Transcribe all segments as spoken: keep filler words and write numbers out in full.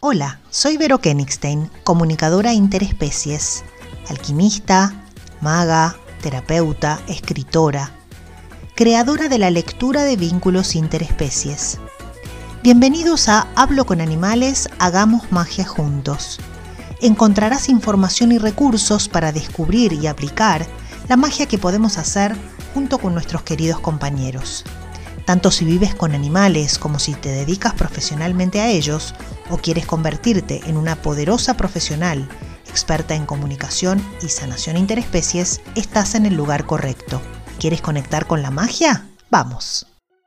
Hola, soy Vero Kenigstein, comunicadora interespecies, alquimista, maga, terapeuta, escritora, creadora de la lectura de vínculos interespecies. Bienvenidos a Hablo con Animales, hagamos magia juntos. Encontrarás información y recursos para descubrir y aplicar la magia que podemos hacer junto con nuestros queridos compañeros. Tanto si vives con animales como si te dedicas profesionalmente a ellos o quieres convertirte en una poderosa profesional experta en comunicación y sanación interespecies, estás en el lugar correcto. ¿Quieres conectar con la magia? ¡Vamos!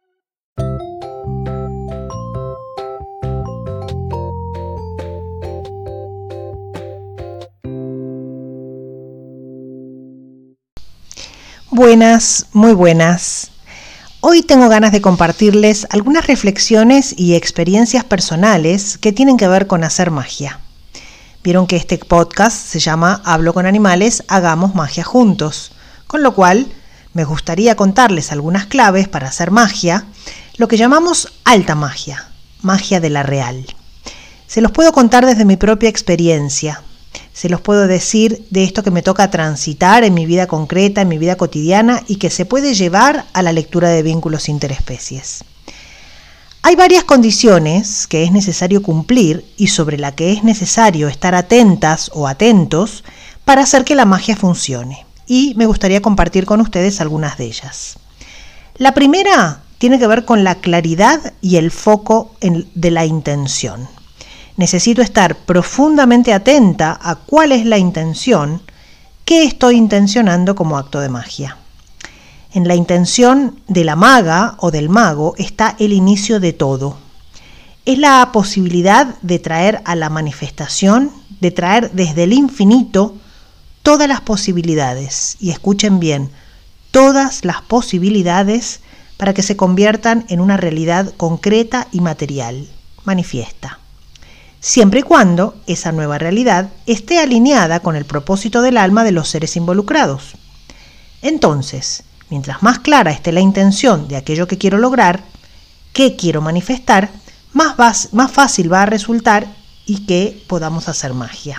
Buenas, muy buenas. Hoy tengo ganas de compartirles algunas reflexiones y experiencias personales que tienen que ver con hacer magia. Vieron que este podcast se llama Hablo con Animales, hagamos magia juntos, con lo cual me gustaría contarles algunas claves para hacer magia, lo que llamamos alta magia, magia de la real. Se los puedo contar desde mi propia experiencia. Se los puedo decir de esto que me toca transitar en mi vida concreta, en mi vida cotidiana y que se puede llevar a la lectura de vínculos interespecies. Hay varias condiciones que es necesario cumplir y sobre las que es necesario estar atentas o atentos para hacer que la magia funcione. Y me gustaría compartir con ustedes algunas de ellas. La primera tiene que ver con la claridad y el foco en, de la intención. Necesito estar profundamente atenta a cuál es la intención, qué estoy intencionando como acto de magia. En la intención de la maga o del mago está el inicio de todo. Es la posibilidad de traer a la manifestación, de traer desde el infinito todas las posibilidades, y escuchen bien, todas las posibilidades para que se conviertan en una realidad concreta y material, manifiesta. Siempre y cuando esa nueva realidad esté alineada con el propósito del alma de los seres involucrados. Entonces, mientras más clara esté la intención de aquello que quiero lograr, qué quiero manifestar, más, va, más fácil va a resultar y que podamos hacer magia.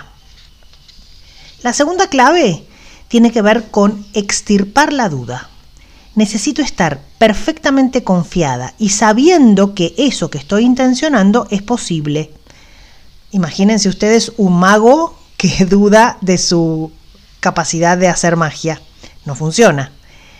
La segunda clave tiene que ver con extirpar la duda. Necesito estar perfectamente confiada y sabiendo que eso que estoy intencionando es posible. Imagínense ustedes un mago que duda de su capacidad de hacer magia. No funciona.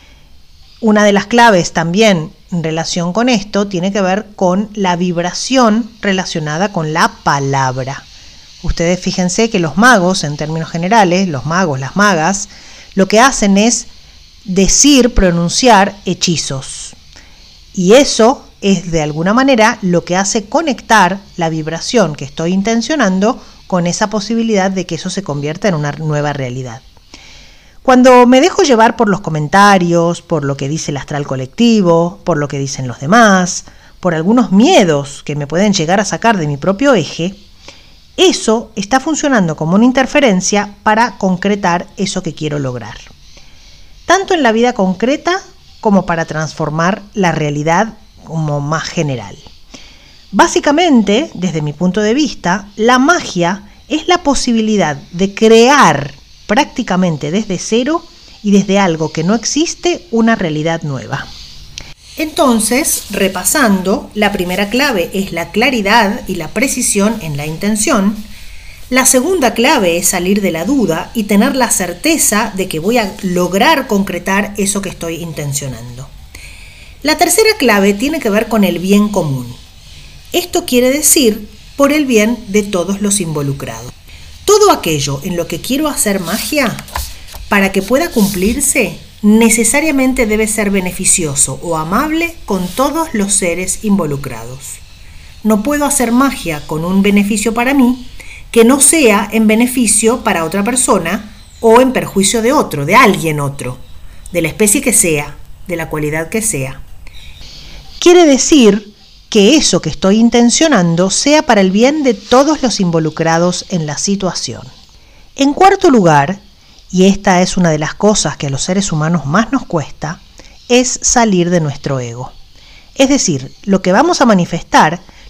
Una de las claves también en relación con esto tiene que ver con la vibración relacionada con la palabra. Ustedes fíjense que los magos, en términos generales, los magos, las magas, lo que hacen es decir, pronunciar hechizos. Y eso es de alguna manera lo que hace conectar la vibración que estoy intencionando con esa posibilidad de que eso se convierta en una nueva realidad. Cuando me dejo llevar por los comentarios, por lo que dice el astral colectivo, por lo que dicen los demás, por algunos miedos que me pueden llegar a sacar de mi propio eje, eso está funcionando como una interferencia para concretar eso que quiero lograr. Tanto en la vida concreta como para transformar la realidad como más general. Básicamente, desde mi punto de vista, la magia es la posibilidad de crear prácticamente desde cero y desde algo que no existe una realidad nueva. Entonces, repasando, la primera clave es la claridad y la precisión en la intención. La segunda clave es salir de la duda y tener la certeza de que voy a lograr concretar eso que estoy intencionando. La tercera clave tiene que ver con el bien común. Esto quiere decir por el bien de todos los involucrados. Todo aquello en lo que quiero hacer magia, para que pueda cumplirse, necesariamente debe ser beneficioso o amable con todos los seres involucrados. No puedo hacer magia con un beneficio para mí que no sea en beneficio para otra persona o en perjuicio de otro, de alguien otro, de la especie que sea, de la cualidad que sea. Quiere decir que eso que estoy intencionando sea para el bien de todos los involucrados en la situación. En cuarto lugar, y esta es una de las cosas que a los seres humanos más nos cuesta, es salir de nuestro ego. Es decir, lo que vamos a manifestar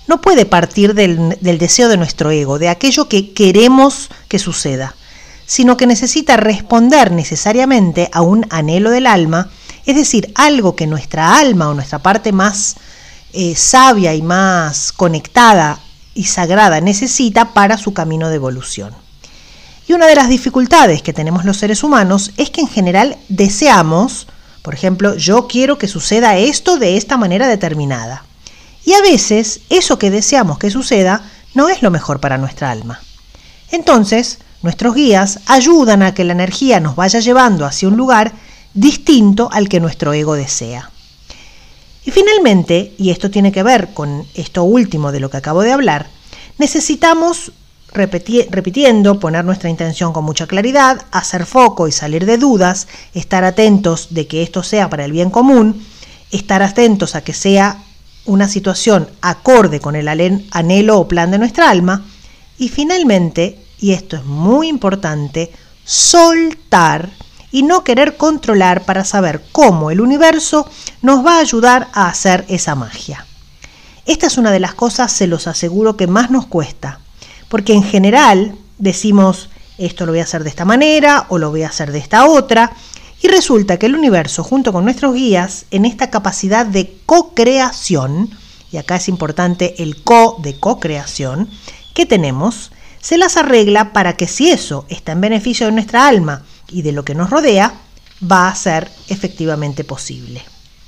no puede partir del, del deseo de nuestro ego, de aquello que queremos que suceda, sino que necesita responder necesariamente a un anhelo del alma, es decir, algo que nuestra alma o nuestra parte más eh, sabia y más conectada y sagrada necesita para su camino de evolución. Y una de las dificultades que tenemos los seres humanos es que en general deseamos, por ejemplo, yo quiero que suceda esto de esta manera determinada. Y a veces eso que deseamos que suceda no es lo mejor para nuestra alma. Entonces, nuestros guías ayudan a que la energía nos vaya llevando hacia un lugar distinto al que nuestro ego desea. Y finalmente, y esto tiene que ver con esto último de lo que acabo de hablar, necesitamos, repeti- repitiendo, poner nuestra intención con mucha claridad, hacer foco y salir de dudas, estar atentos de que esto sea para el bien común, estar atentos a que sea una situación acorde con el anhelo o plan de nuestra alma, y finalmente, y esto es muy importante, soltar y no querer controlar para saber cómo el universo nos va a ayudar a hacer esa magia. Esta es una de las cosas, se los aseguro, que más nos cuesta, porque en general decimos esto lo voy a hacer de esta manera o lo voy a hacer de esta otra, y resulta que el universo, junto con nuestros guías, en esta capacidad de co-creación, y acá es importante el co de co-creación que tenemos, se las arregla para que si eso está en beneficio de nuestra alma y de lo que nos rodea, va a ser efectivamente posible.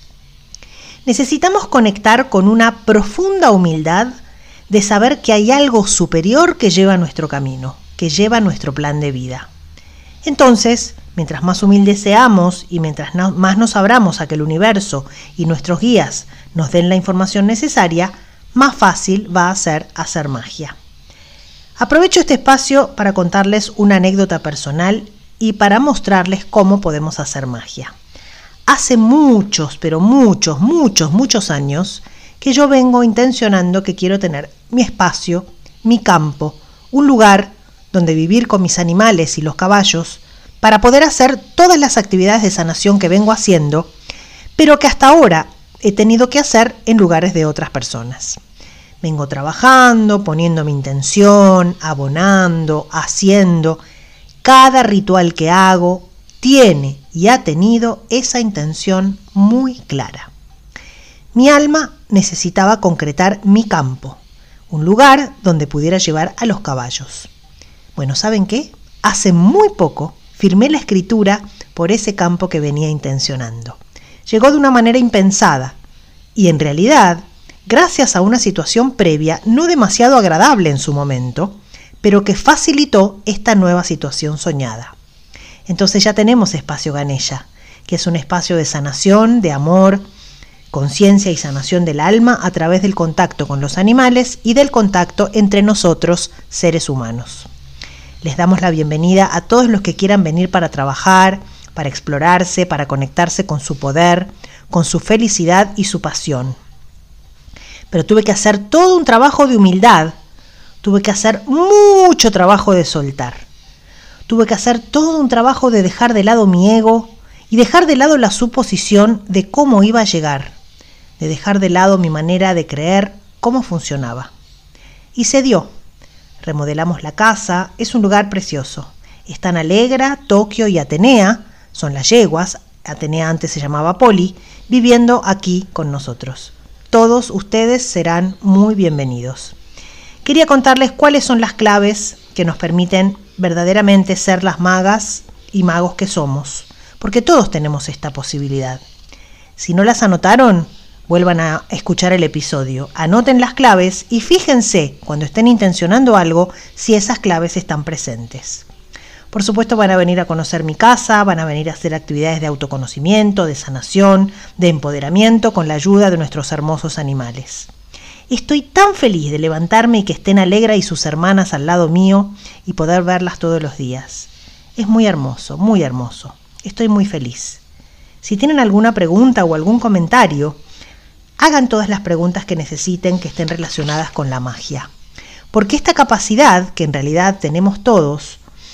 Necesitamos conectar con una profunda humildad de saber que hay algo superior que lleva nuestro camino, que lleva nuestro plan de vida. Entonces, mientras más humildes seamos y mientras no, más nos abramos a que el universo y nuestros guías nos den la información necesaria, más fácil va a ser hacer magia. Aprovecho este espacio para contarles una anécdota personal y para mostrarles cómo podemos hacer magia. Hace muchos, pero muchos, muchos, muchos años que yo vengo intencionando que quiero tener mi espacio, mi campo, un lugar donde vivir con mis animales y los caballos para poder hacer todas las actividades de sanación que vengo haciendo, pero que hasta ahora he tenido que hacer en lugares de otras personas. Vengo trabajando, poniendo mi intención, abonando, haciendo. Cada ritual que hago tiene y ha tenido esa intención muy clara. Mi alma necesitaba concretar mi campo, un lugar donde pudiera llevar a los caballos. Bueno, ¿saben qué? Hace muy poco firmé la escritura por ese campo que venía intencionando. Llegó de una manera impensada y en realidad, gracias a una situación previa no demasiado agradable en su momento, pero que facilitó esta nueva situación soñada. Entonces ya tenemos Espacio Ganesha, que es un espacio de sanación, de amor, conciencia y sanación del alma a través del contacto con los animales y del contacto entre nosotros, seres humanos. Les damos la bienvenida a todos los que quieran venir para trabajar, para explorarse, para conectarse con su poder, con su felicidad y su pasión. Pero tuve que hacer todo un trabajo de humildad, tuve que hacer mucho trabajo de soltar, tuve que hacer todo un trabajo de dejar de lado mi ego y dejar de lado la suposición de cómo iba a llegar, de dejar de lado mi manera de creer cómo funcionaba. Y se dio. Remodelamos la casa, es un lugar precioso. Están Alegra, Tokio y Atenea, son las yeguas, Atenea antes se llamaba Poli, viviendo aquí con nosotros. Todos ustedes serán muy bienvenidos. Quería contarles cuáles son las claves que nos permiten verdaderamente ser las magas y magos que somos, porque todos tenemos esta posibilidad. Si no las anotaron, vuelvan a escuchar el episodio, anoten las claves y fíjense cuando estén intencionando algo si esas claves están presentes. Por supuesto van a venir a conocer mi casa, van a venir a hacer actividades de autoconocimiento, de sanación, de empoderamiento con la ayuda de nuestros hermosos animales. Estoy tan feliz de levantarme y que estén Alegra y sus hermanas al lado mío y poder verlas todos los días. Es muy hermoso, muy hermoso. Estoy muy feliz. Si tienen alguna pregunta o algún comentario, hagan todas las preguntas que necesiten que estén relacionadas con la magia. Porque esta capacidad, que en realidad tenemos todos,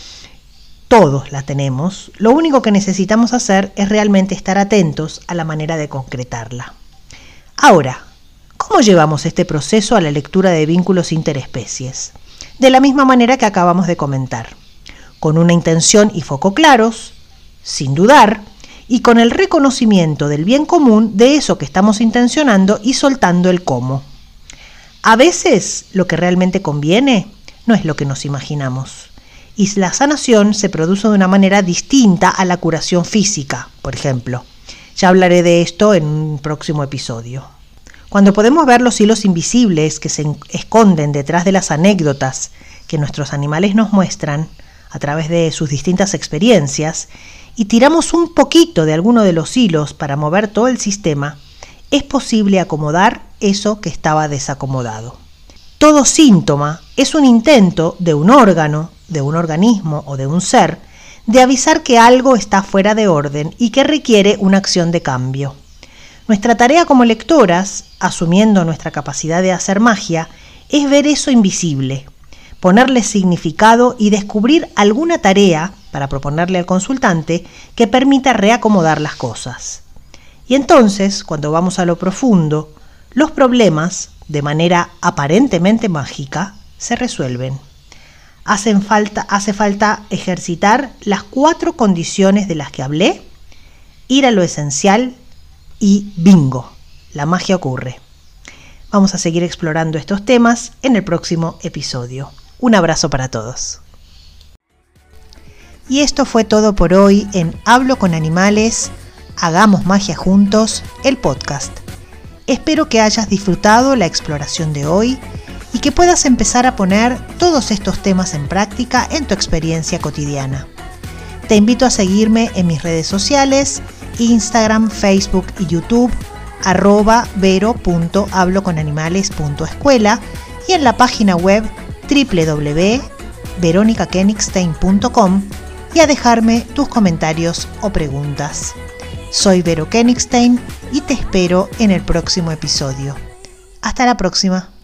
todos la tenemos, lo único que necesitamos hacer es realmente estar atentos a la manera de concretarla. Ahora, ¿Cómo llevamos este proceso a la lectura de vínculos interespecies? De la misma manera que acabamos de comentar, con una intención y foco claros, sin dudar, y con el reconocimiento del bien común de eso que estamos intencionando y soltando el cómo. A veces lo que realmente conviene no es lo que nos imaginamos, y la sanación se produce de una manera distinta a la curación física, por ejemplo. Ya hablaré de esto en un próximo episodio. Cuando podemos ver los hilos invisibles que se esconden detrás de las anécdotas que nuestros animales nos muestran a través de sus distintas experiencias, y tiramos un poquito de alguno de los hilos para mover todo el sistema, es posible acomodar eso que estaba desacomodado. Todo síntoma es un intento de un órgano, de un organismo o de un ser, de avisar que algo está fuera de orden y que requiere una acción de cambio. Nuestra tarea como lectoras, asumiendo nuestra capacidad de hacer magia, es ver eso invisible, ponerle significado y descubrir alguna tarea para proponerle al consultante que permita reacomodar las cosas. Y entonces, cuando vamos a lo profundo, los problemas, de manera aparentemente mágica, se resuelven. Hacen falta, hace falta ejercitar las cuatro condiciones de las que hablé, ir a lo esencial y bingo, la magia ocurre. Vamos a seguir explorando estos temas en el próximo episodio. Un abrazo para todos. Y esto fue todo por hoy en Hablo con Animales, Hagamos Magia Juntos, el podcast. Espero que hayas disfrutado la exploración de hoy y que puedas empezar a poner todos estos temas en práctica en tu experiencia cotidiana. Te invito a seguirme en mis redes sociales, Instagram, Facebook y YouTube, arroba vero punto hablo con animales punto escuela y en la página web doble u doble u doble u punto veronica kenigstein punto com y a dejarme tus comentarios o preguntas. Soy Vero Kenigstein y te espero en el próximo episodio. Hasta la próxima.